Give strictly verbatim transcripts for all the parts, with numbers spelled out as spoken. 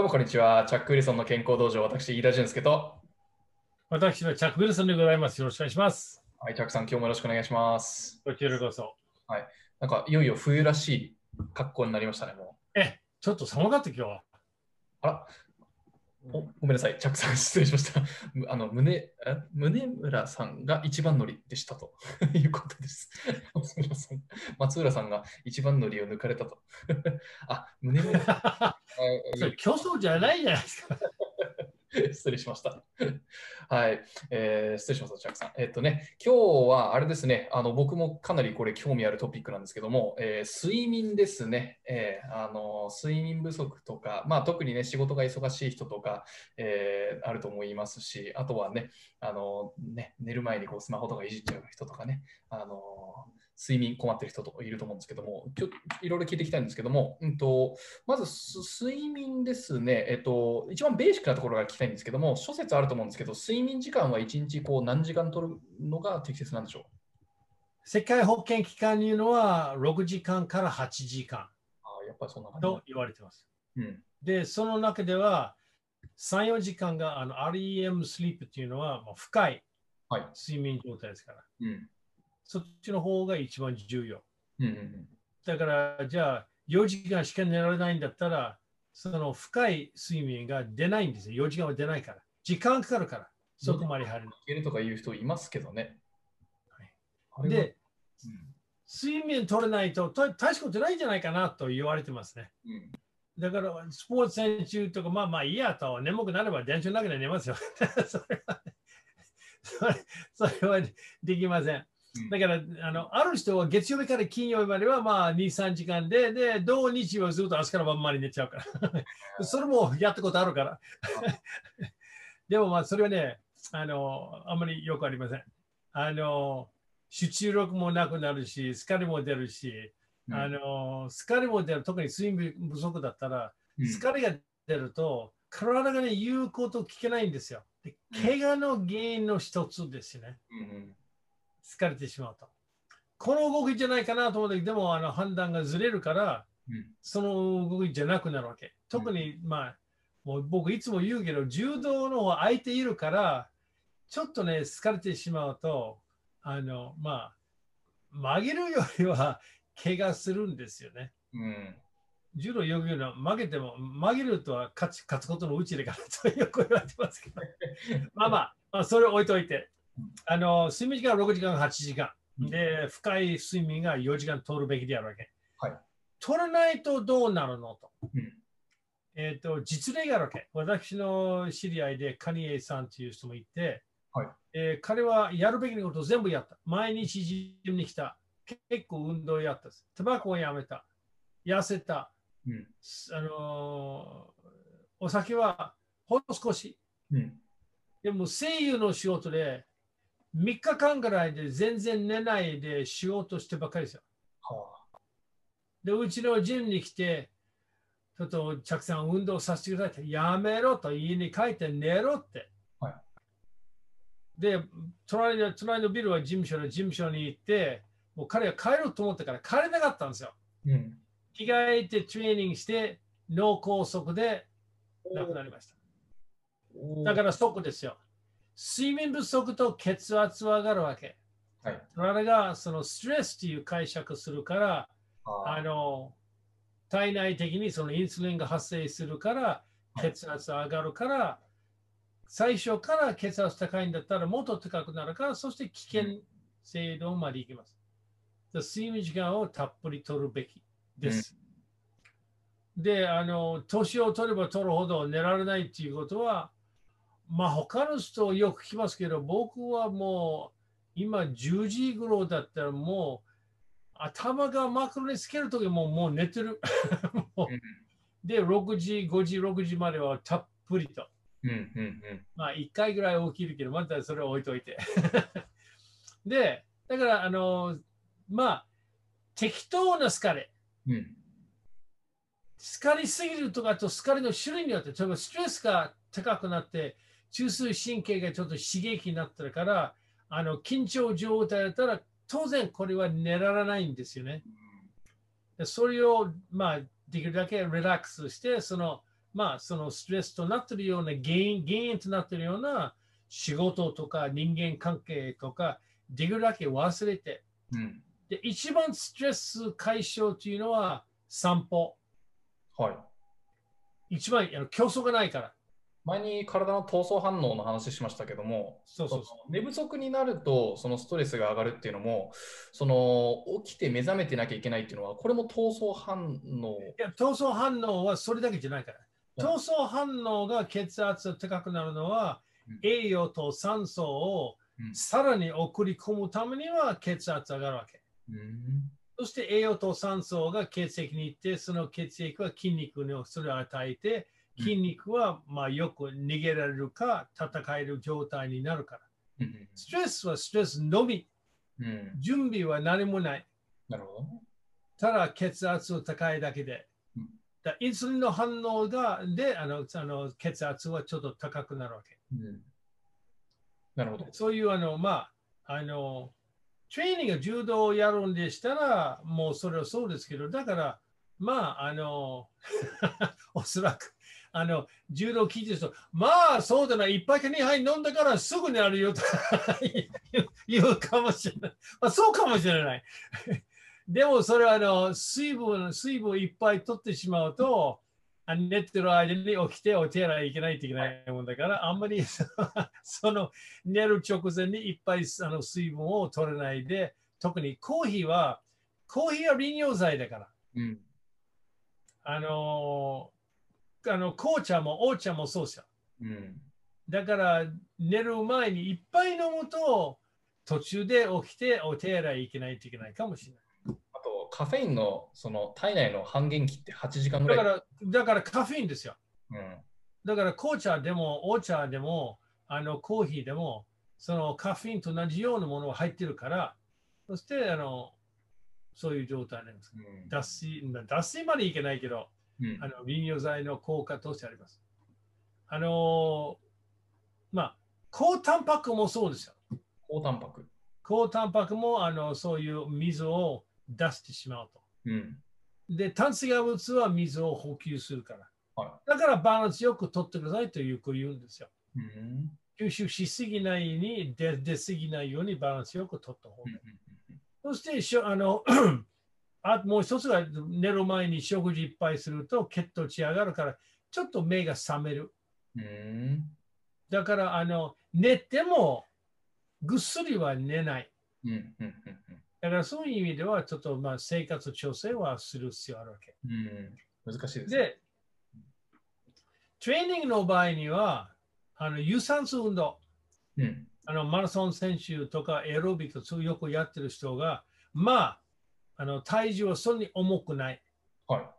どうもこんにちは。チャック・ウィルソンの健康道場、私、飯田俊介と、 私はチャック・ウィルソンでございます。よろしくお願いします。 はい、チャックさん、今日もよろしくお願いします。 こちらこそ。 はい。なんか、いよいよ冬らしい格好になりましたね、もう。 え、ちょっと寒かった今日は。 あら、お、ごめんなさい。チャックさん、失礼しました。むあの、宗、え宗村さんが一番乗りでしたということです。松浦さん、松浦さんが一番乗りを抜かれたと。あ、宗村さん。あそれ競争じゃないじゃないですか。 失礼しました。はい、えー失礼しました、チャックさん。えっとね、今日はあれですね、あの僕もかなりこれ興味あるトピックなんですけども、えー睡眠ですね、えーあの、睡眠不足とか、まあ、特にね、仕事が忙しい人とか、えーあると思いますし、あとはね、あのね寝る前にこうスマホとかいじっちゃう人とかね、あの睡眠困ってる人とかいると思うんですけども、ちょっといろいろ聞いていきたいんですけども、うんとまず睡眠ですね、えっと、一番ベーシックなところが聞きたいんですけども、諸説あると思うんですけど、睡眠時間はいちにちこう何時間取るのが適切なんでしょ世界保健機関にいうのはろくじかんからはちじかんう？あ、やっぱりそんな感じな。 と言われています。 うん。 で、その中ではさん、よじかんがあの アールイーエム スリープっていうのはもう深いはい。 睡眠状態ですから、 うん。 そっちの方が一番重要。 うんうんうん。 だから、じゃあよじかんしか寝られないんだったら、その深い睡眠が出ないんですよ。よじかんは出ないから。時間かかるから、そこまで入るの。 いけるとか言う人いますけどね。あれは、 で、 うん。 睡眠取れないと大したことないんじゃないかなと言われてますね。 うん。 だから、スポーツ選手とか、まあまあいいやと、眠くなれば電車の中で寝ますよ。それは、それそれはできません。だからあの、ある人は月曜日から金曜日まではまあに、さんじかんで、で、土日はずっと明日から晩まで寝ちゃうから。それもやったことあるから。でもまあそれはね、あの、あんまりよくありません。あの、集中力もなくなるし、疲れも出るし、 うん。 あの、疲れも出る、特に睡眠不足だったら、 うん。 疲れが出ると、体がね、言うこと聞けないんですよ。で怪我の原因の一つですね。 うん。 疲れてしまうと。この動きじゃないかなと思ったけど、でもあの判断がずれるから、 うん。 その動きじゃなくなるわけ。 うん。 特に、まあ、もう僕いつも言うけど、柔道の方は空いているから、ちょっとね、疲れてしまうと、あの、まあ、曲げるよりは怪我するんですよね。 うん。 柔道よく言うのは、曲げても、曲げるとは勝つ勝つことのうちでからとよく言われてますけど、まあまあ、まあ、それを置いといて、あの、睡眠時間はろくじかん、はちじかん。で、深い睡眠がよじかん取るべきであるわけ。 はい。 取らないとどうなるのと。 うん。 えっ、と、実例があるわけ。私の知り合いでカニエさんという人もいて、 はい。 えー彼はやるべきなことを全部やった。毎日ジムに来た。結構運動やった。タバコをやめた。痩せた。 うん。 あのーお酒はほんの少し。 うん。 でも声優の仕事でみっかかんぐらいで全然寝ないで仕事してばっかりですよ。 はあ。 で、うちのジムに来て、ちょっと、チャックさん運動させてくださいって、やめろと家に帰って寝ろって。 はい。 で、隣の隣のビルは事務所で事務所に行って、もう彼は帰ろうと思ったから帰れなかったんですよ。 うん。 着替えてトレーニングして、脳梗塞で亡くなりました。だからそこですよ。睡眠不足と血圧は上がるわけ。 はい。 体がそのストレスという解釈するから、ああの体内的にそのインスリンが発生するからあ。はい。 血圧上がるから、最初から血圧高いんだったらもっと高くなるから、そして危うん。 険性度までいきます。睡眠時間をたっぷり取るべきうん。 です。で、あの、年を取れば取るほど寝られないっていうことは、まあ他の人よく聞きますけど、僕はもう今じゅうじ頃だったらもう頭が枕につけるときももう寝てる。 うん。 で、ろくじ、ごじ、ろくじまではたっぷりと。 うん。うん。 まあいっかいぐらい起きるけど、またそれを置いといて。で、だからあの、まあ適当な疲れ。 うん。 疲れすぎるとかと疲れの種類によって、例えばストレスが高くなって、中枢神経がちょっと刺激になってるから、あの緊張状態だったら、当然これは寝られないんですよね。それを、まあ、できるだけリラックスして、その、 まあ、そのストレスとなっているような原因、原因となっているような仕事とか人間関係とか、できるだけ忘れて、 うん、 で、一番ストレス解消というのは散歩。 はい。 一番あの競争がないから。 前に体の闘争反応の話しましたけども、 そうそうそその寝不足になるとそのストレスが上がるっていうのも、その起きて目覚めてなきゃいけないっていうのは、これも闘争反応。 う。いや、闘争反応はそれだけじゃないから。 うん闘争反応が血圧が高くなるのは、栄養と酸素をさらに送り込むためには血圧上がるわけ。 うん、 そして栄養と酸素が血液に行って、その血液は筋肉にそれを与えて、筋肉はまあよく逃げられるか戦える状態になるから。 うん、 ストレスはストレスのみ。 うん、 準備は何もない。 なるほどね。 ただ血圧が高いだけで。 うん、 だインスリンの反応がであのあの血圧はちょっと高くなるわけ。 うん、なるほど。 そういうあの、まあ、あの、トレーニングが柔道をやるんでしたら、もうそれはそうですけど、だから、まあ、あの、おそらく、あの、柔道聞いてる人、まあ、そうだな、一杯か二杯飲んだからすぐになるよと言うかもしれない。まあ、そうかもしれない。でも、それはあの水分、水分いっぱい取ってしまうと、寝てる間に起きてお手洗い行けないといけないもんだから、あんまりその寝る直前にいっぱいあの水分を取れないで、特にコーヒーは、コーヒーは利尿剤だから。 うん、 あの、あの紅茶もお茶もそうですよ。 うん、 だから寝る前にいっぱい飲むと、途中で起きてお手洗い行けないといけないかもしれない。 あと、カフェインのその体内の半減期ってはちじかんぐらい。 だから、だからカフェインですよ。 うん、 だから紅茶でもお茶でもあのコーヒーでもそのカフェインと同じようなものが入ってるから、そしてあのそういう状態なんです。 うん、 脱水、脱水までいけないけど、 うん、 あの利尿剤の効果としてあります。あのまあ、高タンパクもそうですよ。 高タンパク。 高タンパクもあのそういう水を出してしまうと。 うん、 で、炭水化物は水を補給するから。 はだからバランスよく取ってくださいというこう言うんですよ。 い。うん、 吸収しすぎないに出出すぎないようにバランスよく取った方がいい。そしてしょあのあもう一つが寝る前に食事いっぱいすると血糖値上がるからちょっと目が覚める。 うん、 だからあの寝てもぐっすりは寝ない。 うん、うん、うん、 だからそういう意味ではちょっとまあ生活調整はする必要あるわけ。 うん、難しいですね。 で、トレーニングの場合にはあの有酸素運動。 うん、 あのマラソン選手とかエアロビクスをよくやってる人が、まあ、あの体重はそんなに重くない。 はい。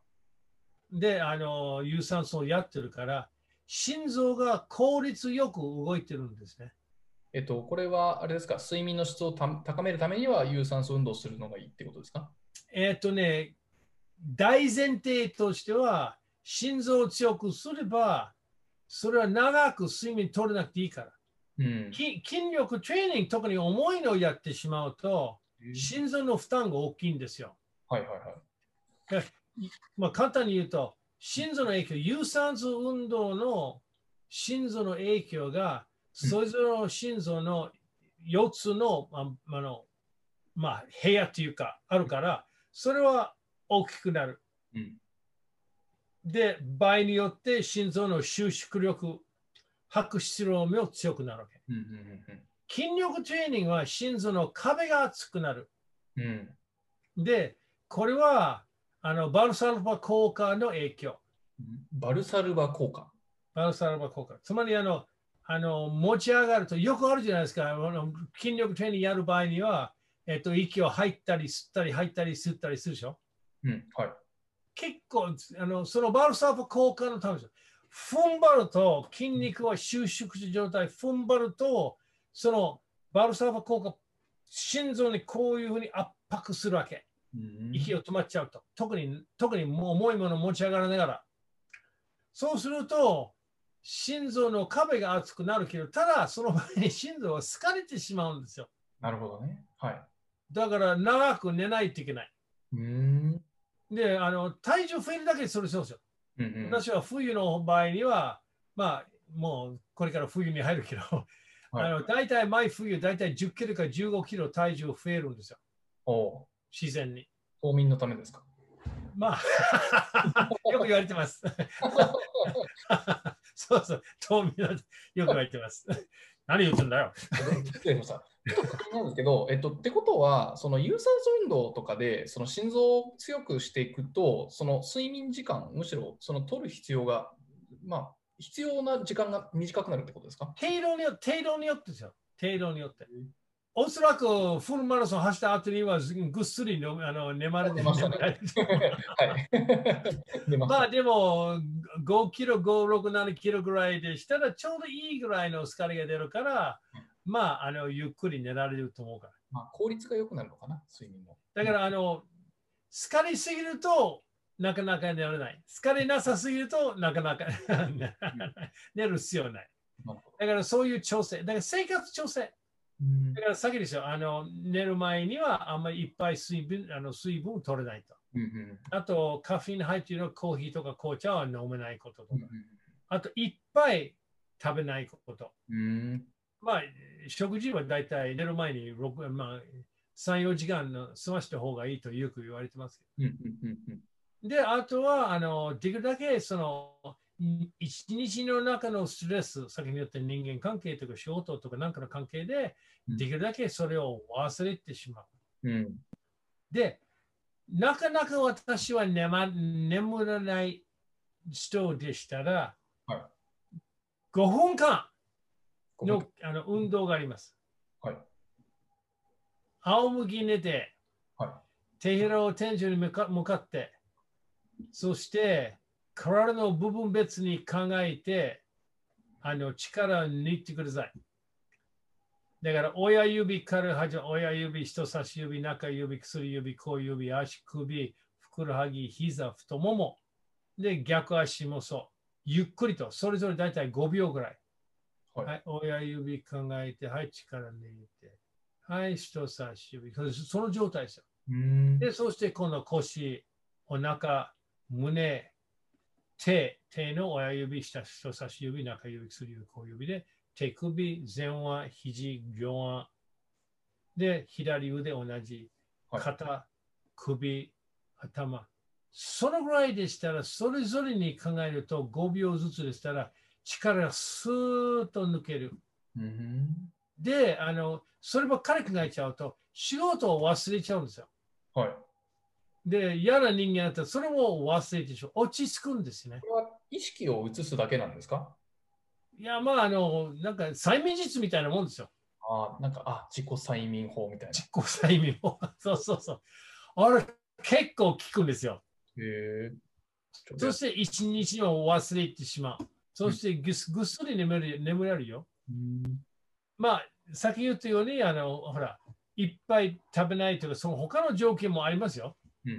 で、あの有酸素をやってるから、心臓が効率よく動いてるんですね。 えっと、これは、あれですか、睡眠の質をた高めるためには有酸素運動をするのがいいってことですか？ えっとね、大前提としては、心臓を強くすれば、それは長く睡眠取れなくていいから。 うん。 筋力トレーニング、特に重いのをやってしまうと、心臓の負担が大きいんですよ。 はいはいはい。 まあ、簡単に言うと、心臓の影響、有酸素運動の心臓の影響が、それぞれの心臓のよっつの、ああのまあ、部屋というか、あるから、それは大きくなる。 うん、 で、場合によって心臓の収縮力、拍出量も強くなるわけ。 うんうんうん筋力トレーニングは心臓の壁が厚くなる。 うん、 で、これはあのバルサルバ効果の影響。 バルサルバ効果。 バルサルバ効果。つまりあの、あの持ち上がるとよくあるじゃないですか。あの筋力トレーニングやる場合には、えっと、息を入ったり吸ったり入ったり吸ったりするでしょ。 うん、はい。 結構あの、そのバルサルバ効果のためです。踏ん張ると筋肉は収縮した状態、踏ん張ると、そのバルサルバ効果、心臓にこういうふうに圧迫するわけ。 うん、 息を止まっちゃうと。特に、特に重いものを持ち上がらながら。そうすると、心臓の壁が厚くなるけど、ただその場合に心臓は疲れてしまうんですよ。 なるほどね。はい。 だから長く寝ないといけない。 うん、 で、あの体重増えるだけでそれそうですよ。 うんうん、 私は冬の場合には、まあ、もうこれから冬に入るけど、はい、あの大体毎冬、大体じゅっキロかじゅうごキロ体重増えるんですよ。 お自然に。 冬眠のためですか？ まあ、よく言われてます。そうそう、冬眠のよく言われてます。何言ってんだよ。 でもさ、ちょっと確認なんですけど、えっと、ってことは、その有酸素運動とかで、その心臓を強くしていくと、その睡眠時間、むしろその取る必要が、まあ、必要な時間が短くなるってことですか？ 程度によって、程度によってですよ。程度によって。おそらくフルマラソン走った後にはぐっすりのあの眠れてましたね。はい。 まあでもごキロ、ご、ろく、ななキロぐらいでしたらちょうどいいぐらいの疲れが出るから、まあ、あのゆっくり寝られると思うから。 まあ、効率が良くなるのかな、睡眠の。 だからあの、疲れすぎるとなかなか寝られない。疲れなさすぎるとなかなか寝る必要ない。だからそういう調整。だから生活調整。だから先ですよ、あの寝る前にはあんまりいっぱい水分あの水分を取れないと。 うんうん、あと、カフェイン入っているコーヒーとか紅茶は飲めないこととか。うんうん、あと、いっぱい食べないこと。 うん、 まあ、食事はだいたい寝る前にろく、まあ、さん、よじかんの済ました方がいいとよく言われてますけど。うんうんうんうん、で、あとはあの、できるだけその一日の中のストレス、先に言った人間関係とか仕事とか何かの関係で、できるだけそれを忘れてしまう。うん、で、なかなか私は 眠, 眠らない人でしたら、はい、ごふんかん の, あの運動があります。はい、仰向きに寝て、はい、手ひらを天井に向かって、そして体の部分別に考えて、あの力を抜いてください。だから親指から始まる、親指、人差し指、中指、薬指、小指、足首、ふくらはぎ、膝、太もも。で、逆足もそう。ゆっくりと、それぞれ大体ごびょうぐらい。はい、はい、親指考えて、はい、力抜いて。はい、人差し指。その状態ですよ。で、そしてこの腰、お腹、胸、手、手の親指、下、人差し指、中指、薬指、小指で、手首、前腕、肘、両腕。で、左腕同じ。肩、はい、首、頭。そのぐらいでしたら、それぞれに考えるとごびょうずつでしたら、力がスーッと抜ける。うん、で、あの、そればっかり考えちゃうと、仕事を忘れちゃうんですよ。はい。で、嫌な人間だったら、それも忘れてしまう。落ち着くんですね。 これは意識を移すだけなんですか？ いや、まあ、あの、なんか催眠術みたいなもんですよ。 ああ、なんか、あ、自己催眠法みたいな。 自己催眠法。そうそうそう。あれ、結構効くんですよ。へえ。そして一日を忘れてしまう。そしてぐっすり眠れる眠れるよ。うん、まあ、先言ったように、あの、ほら、いっぱい食べないとか、その他の条件もありますよ。うん、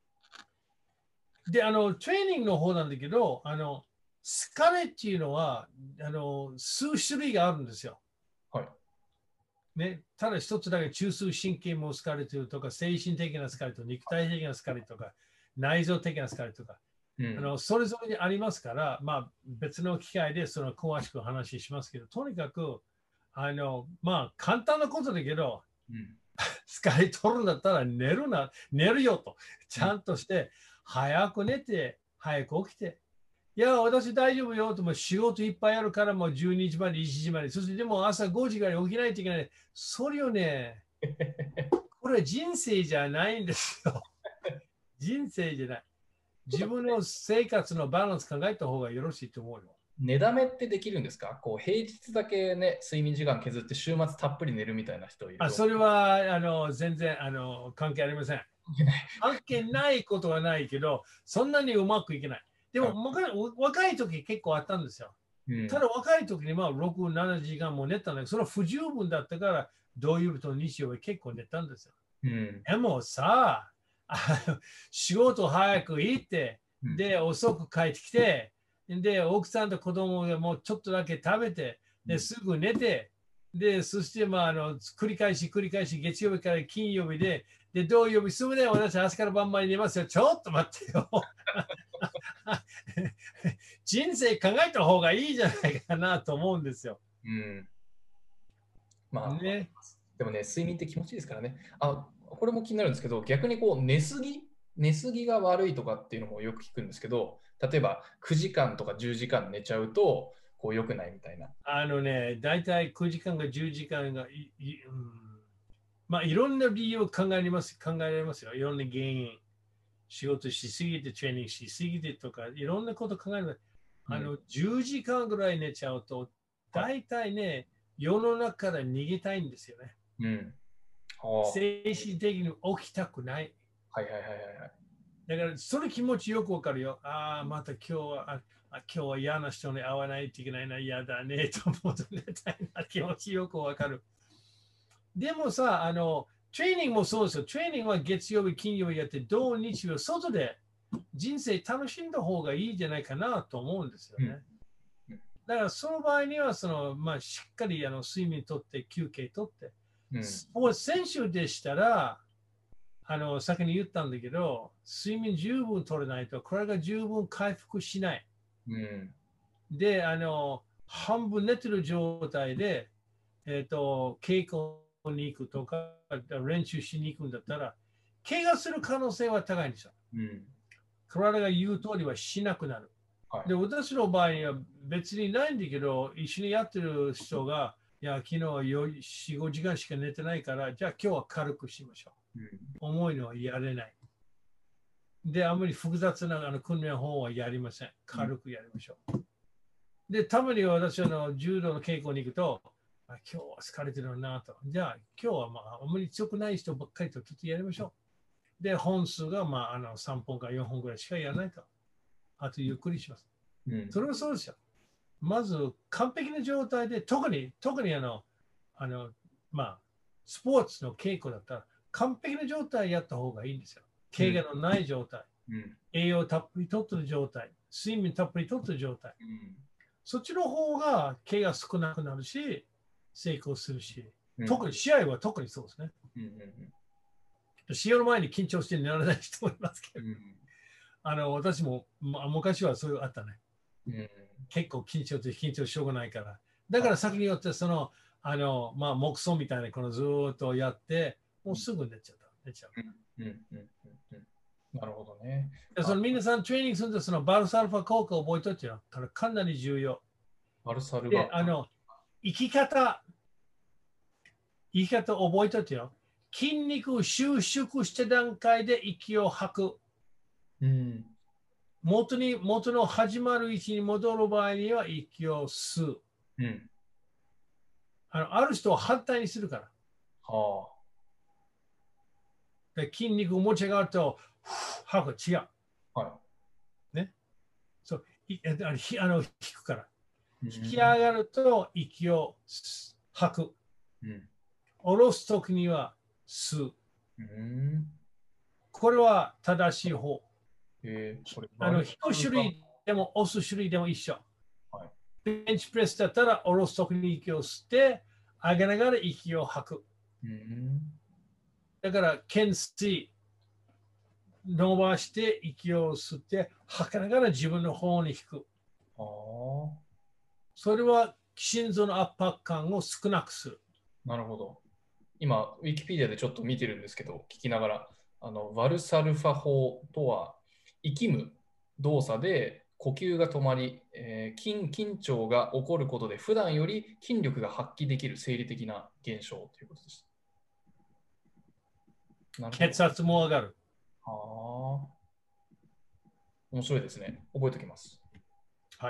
で、あの、トレーニングの方なんだけど、あの、疲れっていうのは、あの、数種類があるんですよ。はい。ね、ただ一つだけ中枢神経も疲れてるとか、精神的な疲れとか、肉体的な疲れとか、内臓的な疲れとか、うん、あのそれぞれにありますから、まあ、別の機会でその詳しく話しますけど、とにかく、あの、まあ、簡単なことだけど、うん、疲れ取るんだったら寝るな、寝るよと、ちゃんとして、早く寝て、早く起きて、いや、私大丈夫よと、も仕事いっぱいあるからもうじゅうにじまで、いちじまで、そしてでも朝ごじから起きないといけない。それをね、これは人生じゃないんですよ。人生じゃない。自分の生活のバランス考えた方がよろしいと思うよ。 寝だめってできるんですか？こう平日だけね、睡眠時間削って週末たっぷり寝るみたいな人いる。 あ、それはあの全然あの関係ありません。関係ないことはないけど、そんなにうまくいけない。でも、若い時結構あったんですよ。うん、ただ若い時にまあろく、ななじかんも寝たんだけど、それは不十分だったから、土曜日と日曜日結構寝たんですよ。うん、でもさあ、仕事早く行って、で、遅く帰ってきて、で、奥さんと子供がもうちょっとだけ食べて、ですぐ寝て、で、そしてまああの繰り返し繰り返し月曜日から金曜日で、で、土曜日すぐで私朝から晩まで寝ますよ。ちょっと待ってよ。 人生考えた方がいいじゃないかなと思うんですよ。 うん。まあ、 ね。 でもね、睡眠って気持ちいいですからね。あ、これも気になるんですけど、逆にこう寝すぎ、寝すぎが悪いとかっていうのもよく聞くんですけど、例えばくじかんとかじゅうじかん寝ちゃうと、こう良くないみたいな。 あのね、だいたいくじかんかじゅうじかんがいい、うん、まあいろんな理由を考えられます、考えられますよ。いろんな原因。仕事しすぎて、トレーニングしすぎてとか、いろんなこと考える。あの、 うん、 じゅうじかんぐらい寝ちゃうと、 はい。 だいたいね、世の中から逃げたいんですよね。 うん。ああ、は精神的に起きたくない。 いはいはいはいはい。 だから、その気持ちよくわかるよ。ああ、また今日は、ああ今日は嫌な人に会わないといけないな、嫌だね、と思うと寝たいな気持ちよくわかる。でもさ、あの、トレーニングもそうですよ。トレーニングは月曜日、金曜日やって、土日は外で人生楽しんだ方がいいんじゃないかなと思うんですようん。 ね。だからその場合にはその、まあ、しっかりあの睡眠とって休憩とって、 うん。 スポーツ選手でしたら、あの先に言ったんだけど、睡眠十分取れないと、これが十分回復しない。 うん。 で、あの半分寝てる状態で、えっ、と、稽古に行くとか、練習しに行くんだったら、怪我する可能性は高いんですよ。 うん。 体が言う通りはしなくなる。で、 はい。 私の場合には別にないんだけど、一緒にやってる人が、いや、昨日はよん、ごじかんしか寝てないから、じゃあ今日は軽くしましょうん。 う。重いのはやれない。で、あまり複雑なあの訓練法はやりません。 うん。 軽くやりましょう。で、たまに私はあの柔道の稽古に行くと、あ今日は疲れてるなと。じゃあ今日はまああまり強くない人ばっかりとちょっとやりましょう。で、本数がまああのさんぽんかよんほんぐらいしかやらないと。あとゆっくりします。 うん。 それはそうですよ。まず完璧な状態で、特に、特にあの、あの、まあ、スポーツの稽古だったら、完璧な状態やった方がいいんですよ。怪我のない状態、 うん。 栄養たっぷりとってる状態、睡眠たっぷりとってる状態。 うん。 そっちの方が怪我少なくなるし、成功するし、 うん。 特に試合は特にそうですね。 うん。 試合の前に緊張して寝られない人もいますけど、 うん。 あの私も、まあ、昔はそういうのあったね。 うん。 結構緊張って緊張しょうがないから。だかはら先によってその、あの、まあ、黙想みたいなこのずーっとやって、もうい。 すぐ寝ちゃった。寝ちゃう。 うん。うん。うん。うん。なるほどね。 でその皆さんトレーニングするとそのバルサルファ効果を覚えとってよ。これかなり重要。 バルサルで、 バ。 あの、生き方、生き方を覚えとってよ。筋肉を収縮した段階で息を吐く。 うん。 元に、元の始まる位置に戻る場合には息を吸う。 うん。 あのある人は反対にするから。 はで筋肉を持ち上がると、吐く。違う。 あ。はね。そういあのひあの引くから。 い。 引き上がると息を吐く。 うん。 下ろすときには吸う。 うん。 これは正しい方。 えー、これ、 あの引バルサルバ。 く種類でも押す種類でも一緒。 はい。 ベンチプレスだったら下ろすときに息を吸って、上げながら息を吐く。 うん。 だから、懸垂、伸ばして息を吸って、吐きながら自分の方に引く。 ああ。 それは心臓の圧迫感を少なくする。 なるほど。今、ウィキペディアでちょっと見てるんですけど、聞きながら、あのバルサルファ法とは、息む動作で呼吸が止まり、えー筋緊張が起こることで、普段より筋力が発揮できる生理的な現象ということです。なるほど。 血圧も上がる。 ああ、面白いですね。覚えておきます。 はい。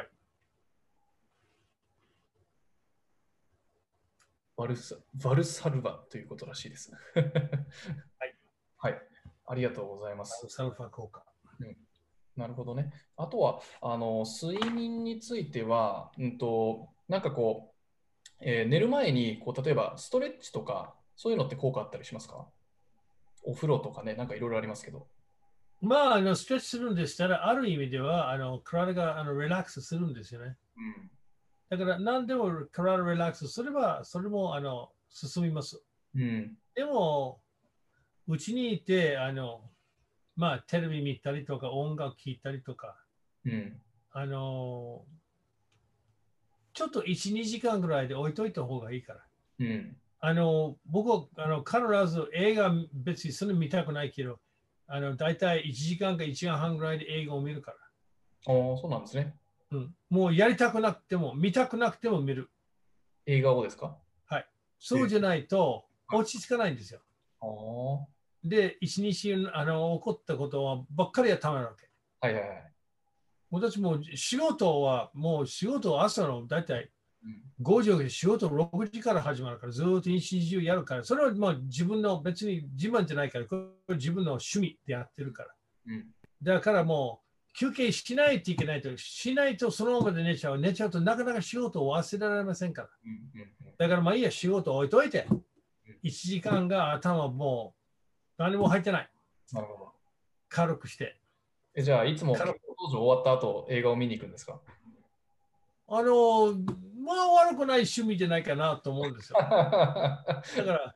バルサ、バルサルバということらしいです。 はい。 はい。ありがとうございます。 サルファ効果。 うん、なるほどね。あとは、あの、睡眠については、うんと、なんかこう、えー寝る前に、こう、例えばストレッチとか、そういうのって効果あったりしますか？お風呂とかね、なんかいろいろありますけど。 まあ、あのストレッチするんでしたら、ある意味ではあの体があのリラックスするんですよね。 うん。 だから何でも体リラックスすれば、それもあの進みます。 うん。 でも、うちにいて、あの、まあ、テレビ見たりとか、音楽聴いたりとか、 うん。 あの、ちょっといち、にじかんぐらいで置いといた方がいいから。 うん。 あの、僕はあの必ず映画別にそれ見たくないけど、あの、だいたいいちじかんかいちじかんはんぐらいで映画を見るから。 ああ、そうなんですね。 うん、もうやりたくなくても、見たくなくても見る。 映画をですか？ はい。 えーそうじゃないとはい。 落ち着かないんですよ。 ああ、はで、一日あの起こったことはばっかりはたまるわけ。 いはいはい。 私も仕事はもう仕事は朝のだいたいうん。 ごじで仕事ろくじから始まるからずっと一日中やるから、それはまあ自分の別に自慢じゃないから、これ自分の趣味でやってるから。 うん。 だからもう休憩しないといけないと、しないとそのままで寝ちゃう。寝ちゃうとなかなか仕事を忘れられませんから。 うん。うん。 だからまあいいや、仕事を置いといて、 うん。 いちじかんが頭もう何も入ってない。 なるほど。 軽くして。 え、じゃあ、いつも軽く健康道場終わった後、映画を見に行くんですか？ あの、まあ悪くない趣味じゃないかなと思うんですよ。だから、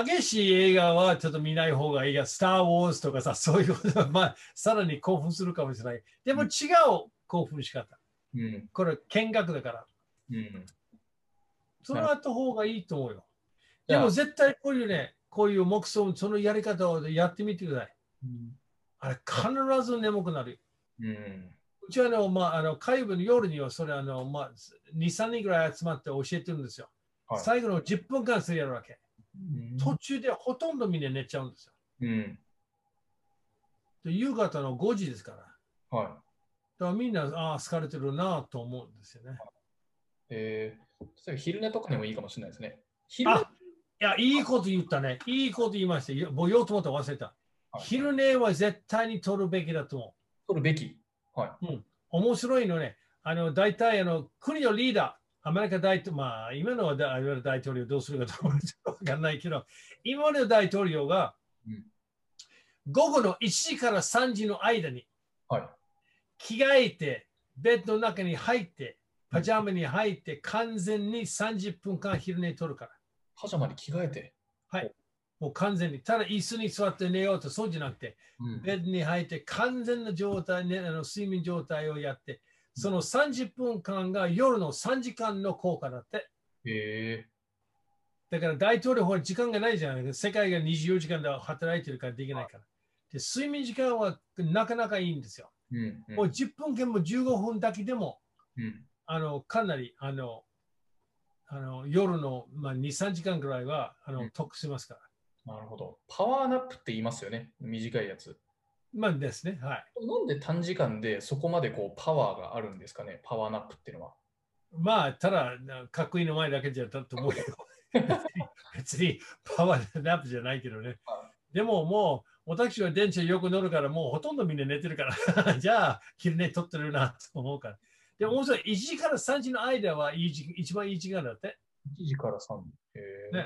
激しい映画はちょっと見ない方がいいが、スター・ウォーズとかさ、そういうことは、まあ、さらに興奮するかもしれない。でも違う興奮し方。 うん。 これ、見学だから。 うん。 それはあなるほど。 った方がいいと思うよ。でもじゃあ、 絶対こういうね、こういう目想、そのやり方をやってみてください。 うん。 あれ、必ず眠くなる。 うん。 うちはあの、まあ、あの火曜日の夜にはそれあの、まあ、に、さんにんぐらい集まって教えてるんですよ。 は最後のじゅっぷんかんそれやるわけ。 い。 途中でほとんどみんな寝ちゃうんですよ。 うん。 で夕方のごじですから。だはからみんな、ああ、疲れてるなと思うんですよね。 い。えー、それ昼寝とかにもいいかもしれないですね。昼寝、 あ、いや、いいこと言ったね。いいこと言いました。もう言おうと思ったら忘れた。 はい、 昼寝は絶対に取るべきだと思取るべき。はう。うん。面白いのね。あの、大体、あの、国のリーダー、アメリカ大統領、まあ、今のは大大統領どうするかとわかんないけど、今の大統領がい。うん。 午後のいちじからさんじの間にはい。 着替えて、ベッドの中に入って、パジャマに入って、完全にさんじゅっぷんかん昼寝取るから。 パジャマに着替えて。ほはい。もう完全に。ただ椅子に座って寝ようと、そうじゃなくて、 うん。 ベッドに入って完全な状態、ね、あの睡眠状態をやって、そのさんじゅっぷんかんが夜のさんじかんの効果だって。 えだから大統領は時間がないじゃないですか。世界がにじゅうよじかんで働いてるからできないから。で睡眠時間はなかなかいいんですよ。 ー、うん。うもうん。 じゅっぷんけんもじゅうごふんだけでも、 うん。 あのかなりあのあの夜の、まあ、に、さんじかんぐらいはあうん。 の得しますから。 なるほど。パワーナップって言いますよね。短いやつ。 まあですね。はい。 なんで短時間でそこまでこうパワーがあるんですかね。パワーナップっていうのは。 まあ、ただ、かっこいいの前だけじゃだと思うよ。別に、別にパワーナップじゃないけどね。でももう、私は電車よく乗るから、もうほとんどみんな寝てるからじゃあ、昼寝取ってるなと思うから。でも、もちろんいちじからさんじの間はいい時一番いい時間だって。 いちじからさんじ。へー。 ね。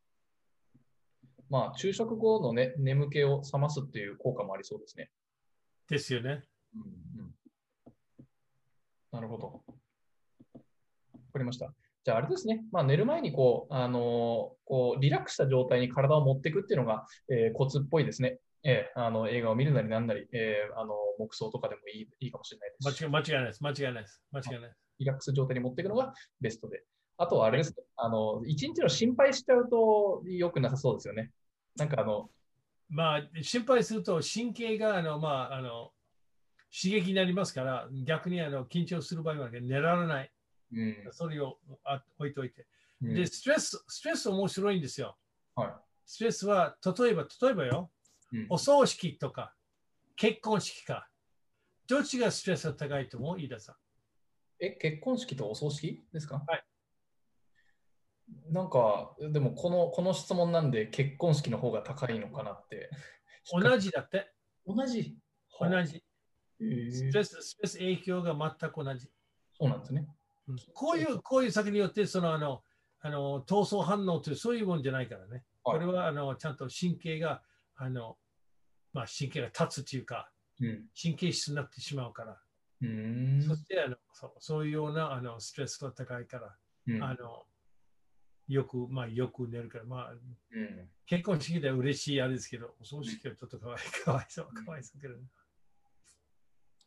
まあ、昼食後のね、眠気を覚ますっていう効果もありそうですね。 ですよね。 うんうん、なるほど。わかりました。じゃあ、あれですね。まあ、寝る前にこう、あのーこうリラックスした状態に体を持っていくっていうのが、えーコツっぽいですね。えーあの映画を見るなりなんなり、えーあの黙想とかでもいいいいかもしれないですし、 間違間違いないです。間違いないです。間違いないです。 リラックス状態に持っていくのがベストで。あとはあれはい。 ですね。あの、一日の心配しちゃうと良くなさそうですよね。なんかあの、 まあ、心配すると神経があの、まあ、あの刺激になりますから、逆にあの緊張する場合は寝られない。 うん、 それをあ置いといて。で、 うん、 ストレス、ストレス面白いんですよ。 はストレスは、例えば、例えばよ、 い。うん、 お葬式とか、結婚式か、どっちがストレスが高いと思う飯田さん。 え、結婚式とお葬式ですか？ はい。 なんか、でもこの、この質問なんで結婚式の方が高いのかなって引っかか同じだって。 同じ。 同はあ、 じ。 えー、 ストレス、ストレス影響が全く同じ。 そうなんですね。 うん、 緊張感。 こういう、こういう先によって、その、あの、あの、闘争反応という、そういうもんじゃないからね。これはは、あの、ちゃんと神経が、あの、まあ、神経が立つというか、 い。うん。 神経質になってしまうから。 うーん。 そしてあのそう、そういうようなあのストレスが高いから、 うん。 あのよく、まあ、よく寝るから、まあ、 うん。 結婚式では嬉しいあれですけど、お葬うん。 式はちょっとかわいかわいそう、かわいそうけどね。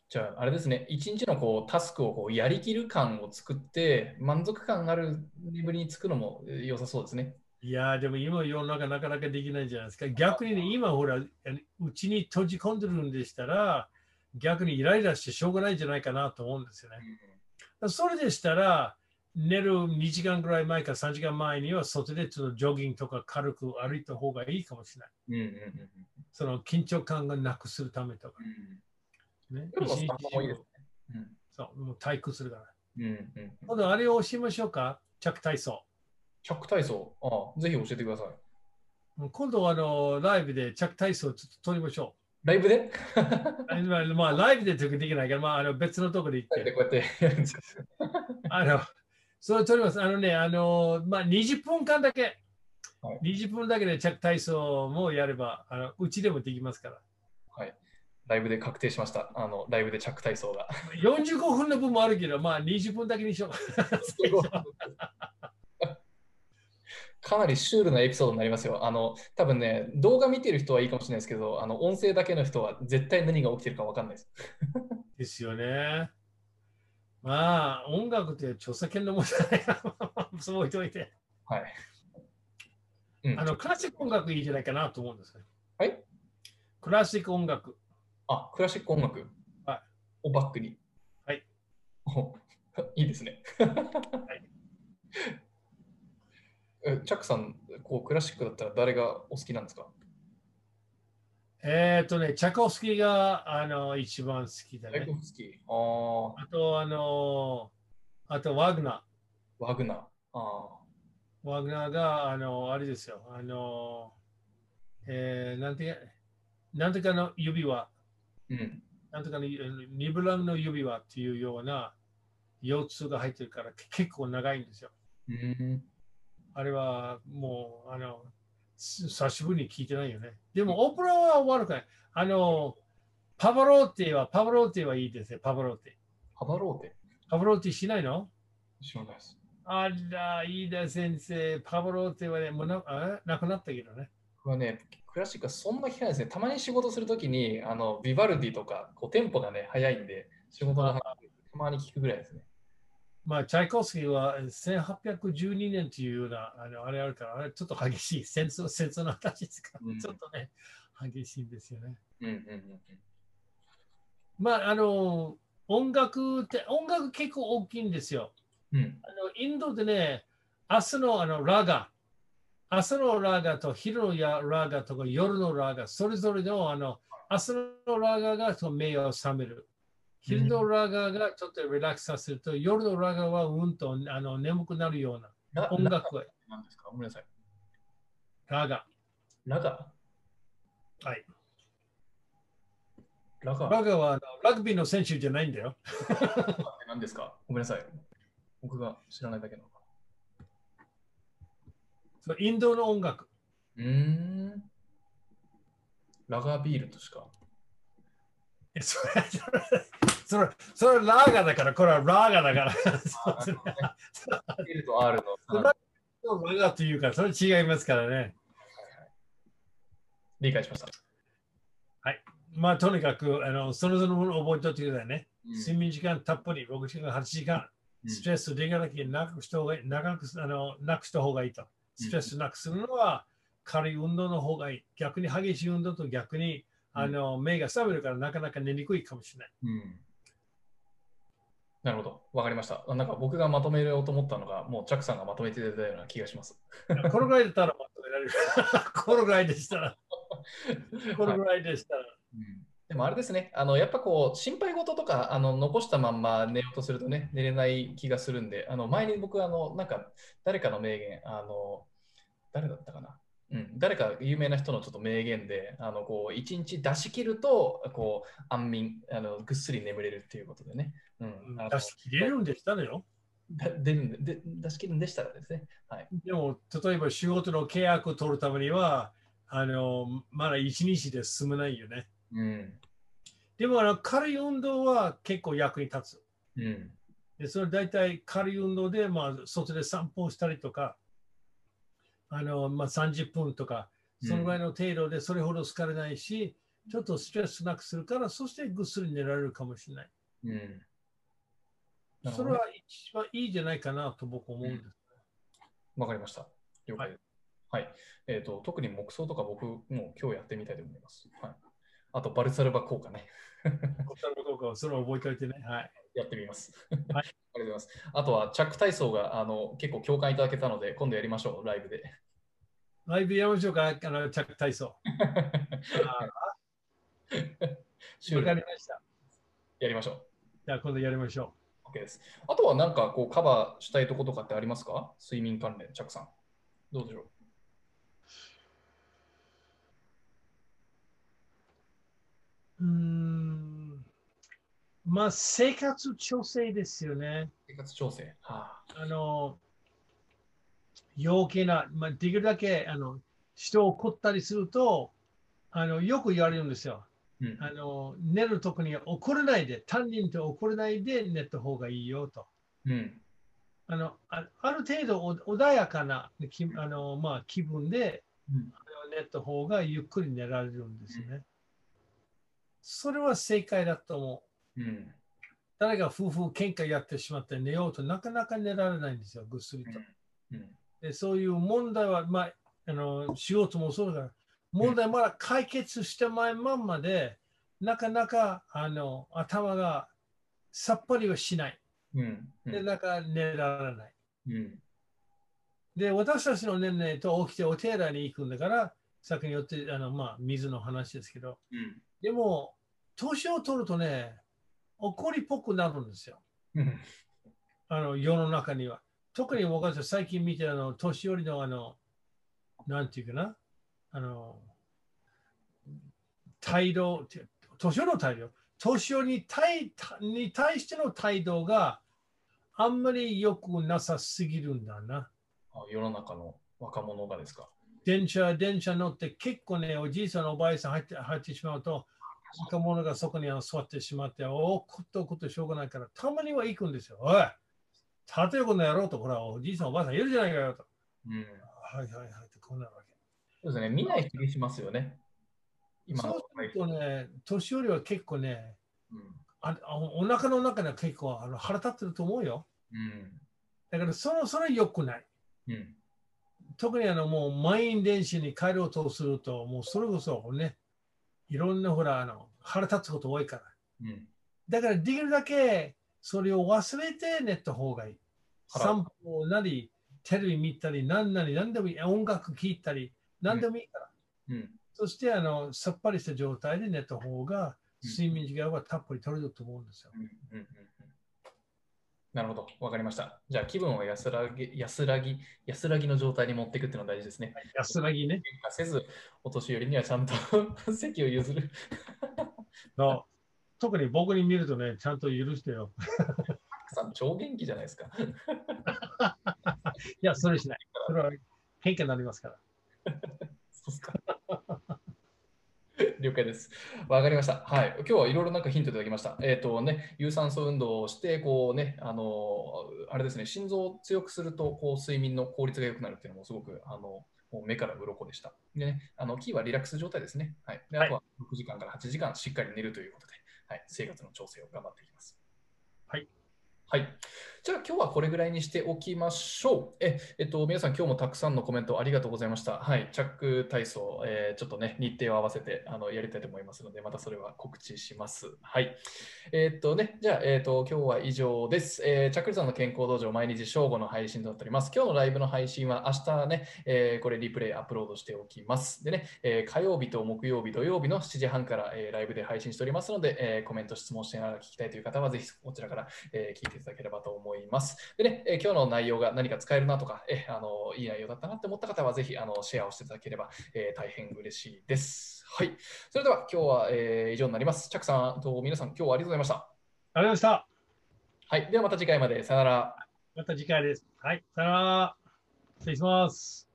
じゃあ、あれですね、一日のこうタスクをこうやりきる感を作って、満足感がある眠りにつくのもえー良さそうですね。 いやー、でも今世の中なかなかできないじゃないですか。逆にね、今ほら、うちに閉じ込んでるんでしたら、逆にイライラしてしょうがないんじゃないかなと思うんですよね。それでしたら、寝るにじかんぐらい前かさんじかんまえには外でちょっとジョギングとか軽く歩いた方がいいかもしれない。 うんうんうんその緊張感がなくするためとか。 うん。 ね、 夜の散一日歩もいいですね。 そう、もう退屈するから。 うんうんうんうん今度あれをしましょうか、着体操。 着体操、ああ、ぜひ教えてください。 今度あのライブで着体操をちょっと撮りましょライブでう。あまあ、まあライブでというかできないから、まあ、あの別のところで行って。 こうやってやるんですか。 あの、それ撮ります。あのね、あの、まあ、にじゅっぷんかんだけ、 はいにじゅっぷんだけで着体操もやれば、あのうちでもできますから。 はい。ライブで確定しました。あの、ライブで着体操が。 よんじゅうごふんの分もあるけど、まあにじゅっぷんだけにしよう。 かなりシュールなエピソードになりますよ。あの、多分ね、動画見てる人はいいかもしれないですけど、あの、音声だけの人は絶対何が起きてるか分かんないです。 ですよね。まあ、音楽って著作権の問題そう置いといて。 はい。うん、 あの、クラシック音楽いいんじゃないかなと思うんですね。 はい。 クラシック音楽。 あ、クラシック音楽はいをバックに。 はい。 おいいですね。 はいえチャックさん、こうクラシックだったら誰がお好きなんですか？ えっとね、チャコフスキーがあの一番好きだチャイコね。 フスキー。ああ、 あと、あの、あとワグナワグナー。ああ、 ー。ワグナーが、あの、あれですよ。あの、えー、なんて、なんとかの指輪、 うん。 なんとかのニブラムの指輪っていうような腰痛が入ってるから結構長いんですよ。 うん。 あれはもう、あの、久しぶりに聞いてないよね。でも、オペラは悪くない。あの、パバローティは、パバローティはいいですね、パバローティ。 ハバローテパバローティしないの？ 知らないです。 あら、いいだ先生、パバローティはね、もうなあなくなったけどね。 僕はね、クラシックはそんな聞かないですね。たまに仕事するときに、あの、ビバルディとか、こう、テンポがね、速いんで、仕事があ早い。たまに聞くぐらいですね。 まあ、チャイコフスキーはせんはっぴゃくじゅうにねんというような、あのあれあるから、あれちょっと激しい。戦争、戦争の話ですから、 うんちょっとね、激しいんですよね。 うんうんうんまあ、あの、音楽って、音楽結構大きいんですよ。 うん。うん。 あのインドでね、明日のあのラガ、朝のラガと昼のやラガとか夜のラガ、それぞれのあの朝のラガがその目を覚める。昼のラガがちょっとリラックスさせると、夜のラガはうんとあの眠くなるようなラ、ラガ音楽はなんですか？ごめんなさい。 ラガ。 ラガはい。 ラガラガはあのラグビーの選手じゃないんだよ。 って何ですか？ごめんなさい。僕が知らないだけなのかそうインドの音楽。 な。うーん。ラガービールとしか。 えそれ、それ、それラガだから、これはラガだから。そうですね。 ビールと R の。 それラガというか、それ違いますからね。 理解しました。 まあ、とにかく、あのそれぞれのものを覚えておいてくださいね。 うん睡眠時間たっぷり、ろくじかん、はちじかん、ストレスできるだけ長くした方がいい、長くあのなくした方がいいと。ストレスなくするのは軽い運動の方がいい。逆に激しい運動と逆にあの目が覚めるからなかなか寝にくいかもしれない。 うんなるほど。わかりました。なんか僕がまとめようと思ったのが、もうチャックさんがまとめていただいたような気がします。 このぐらいだったらまとめられる。このぐらいでしたら。このぐらいでしたら。 うんでもあれですね、あのやっぱこう心配事とかあの残したまんま寝ようとするとね、寝れない気がするんで、あの前に僕あの、なんか誰かの名言、あの誰だったかな、うん、誰か有名な人のちょっと名言で、あのこう一日出し切るとこう安眠あの、ぐっすり眠れるっていうことでね、うん、あの出し切れるんでしたのよ。 だ出るんでで出し切るんでしたらですね。はい、 でも、例えば仕事の契約を取るためには、あのまだ一日で済まないよね。 うん。 でもあの軽い運動は結構役に立つ。 うん。 でそれ大体軽い運動で、まあ、外で散歩をしたりとか、あのまあ、さんじゅっぷんとか、そのぐらいの程度でそれほど疲れないし、 ちょっとストレスなくするから、そしてぐっすり寝られるかもしれない。 うん。なるそほどね。 れは一番いいんじゃないかなと僕思うんです。 わかりました。了解です。はい。えっと、特に黙想とか僕も今日やってみたいと思います。はい。あと、バルサルバ効果ね。 こちらの効果をそれを覚えておいてね。はい。 やってみます。 はいありがとうございます。あとは、チャック体操があの結構共感いただけたので、今度やりましょう、ライブで。 ライブやりましょうか、あの着体操。わシュールなかりました。 やりましょう。 じゃあ今度やりましょ OK です。あとはなんかこうカバーしたいとことかってありますか？睡眠関連、チャックさん。どうでしょう。うーん。まあ、生活調整ですよね。 う？生活調整。はあ、 あの、陽気な、まあ、できるだけあの人を怒ったりすると、あのよく言われるんですよ。 うん。 あの寝るときに怒れないで、担任と怒れないで寝た方がいいよと。 うん。 あのあある程度お穏やかな気あの、まあ、気分でうん。 寝た方がゆっくり寝られるんですね。それは正解だと思う。 うん。 誰が夫婦喧嘩やってしまって寝ようとなかなか寝られないんですよ、ぐっすりと。 うん。 でそういう問題は、まあ、あの仕事もそうだから、問題まだ解決してないまんまで、なかなかあの頭がさっぱりはしない。 うん。うで、 ん。 なかなか寝られない。 うん。 で、私たちの年齢と起きてお手洗いに行くんだから、先によってあの、まあ、水の話ですけど、 うん。 でも、年を取るとね、怒りっぽくなるんですよ。 うん。 あの世の中には。特に僕は最近見てあの年寄りのあの、なんていうかな、あの、態度、年寄りの態度、年寄りに対に対しての態度があんまり良くなさすぎるんだな。 あ、世の中の若者がですか？ 電車、電車乗って結構ね、おじいさん、おばあさん入って入ってしまうと、若者がそこに座ってしまって、おこっとこっとしょうがないから、たまには行くんですよ。おい、縦横の野郎と、ほら、おじいさん、おばあさんいるじゃないかよと。 うん。 はいはいはい、こうなるわけ。 そうですね。見ないふりしますよね。今のそうするとね、年寄りは結構ね、 うん。 あお腹の中では結構あの腹立ってると思うよ。 うん。 だからその、それは良くない。 うん。 特にあのもう満員電車に帰ろうとすると、もうそれこそね、いろんなほら、あの腹立つこと多いから。 うん。 だからできるだけそれを忘れて寝た方がいい。 腹散歩なり、テレビ見たり、何なり、何でもいい。音楽聴いたり、何でもいいから。 うん。 そしてあのさっぱりした状態で寝た方が睡眠時間はたっぷり取れると思うんですよ。 うん。うん。うん。なるほど。わかりました。じゃあ、気分を安らぎ、安らぎ、安らぎの状態に持っていくっていうのが大事ですね。 安らぎね。 喧嘩せず、お年寄りにはちゃんと席を譲る。 そう特に僕に見るとね、ちゃんと許してよ。 さん、超元気じゃないですか。 いや、それしない。それは変化になりますから。 そうっすか。了解です。わかりました。はい。今日はいろいろなんかヒントいただきました。えっ、とね、有酸素運動をして、こうね、あの、あれですね、心臓を強くすると、こう、睡眠の効率が良くなるっていうのもすごく、あの、もう目から鱗でした。でね、あの、キーはリラックス状態ですね。はい。で、あはい。 とはろくじかんからはちじかんしっかり寝るということで、はい。生活の調整を頑張っていきます。 はい。 はい。じゃあ今日はこれぐらいにしておきましょう。え、えっと、皆さん今日もたくさんのコメントありがとうございました。はい。チャック体操、えーちょっとね、日程を合わせてあのやりたいと思いますので、またそれは告知します。はい。えっとね、じゃあ、えっと、今日は以上です。えーチャックリさんの健康道場、毎日正午の配信となっております。今日のライブの配信は明日ね、えーこれリプレイアップロードしておきます。でね、えー火曜日と木曜日、土曜日のしちじはんから、えーライブで配信しておりますので、えーコメント、質問してながら聞きたいという方は、ぜひこちらから、えー聞いていただければと思います。でね、えー今日の内容が何か使えるなとか、えーあのいい内容だったなって思った方は、ぜひあのシェアをしていただければ、えー大変嬉しいです。はい。それでは今日は、えー以上になります。チャックさんと皆さん、今日はありがとうございました。 ありがとうございました。 はい。ではまた次回まで。さよなら。 また次回です。はい。さよなら。失礼します。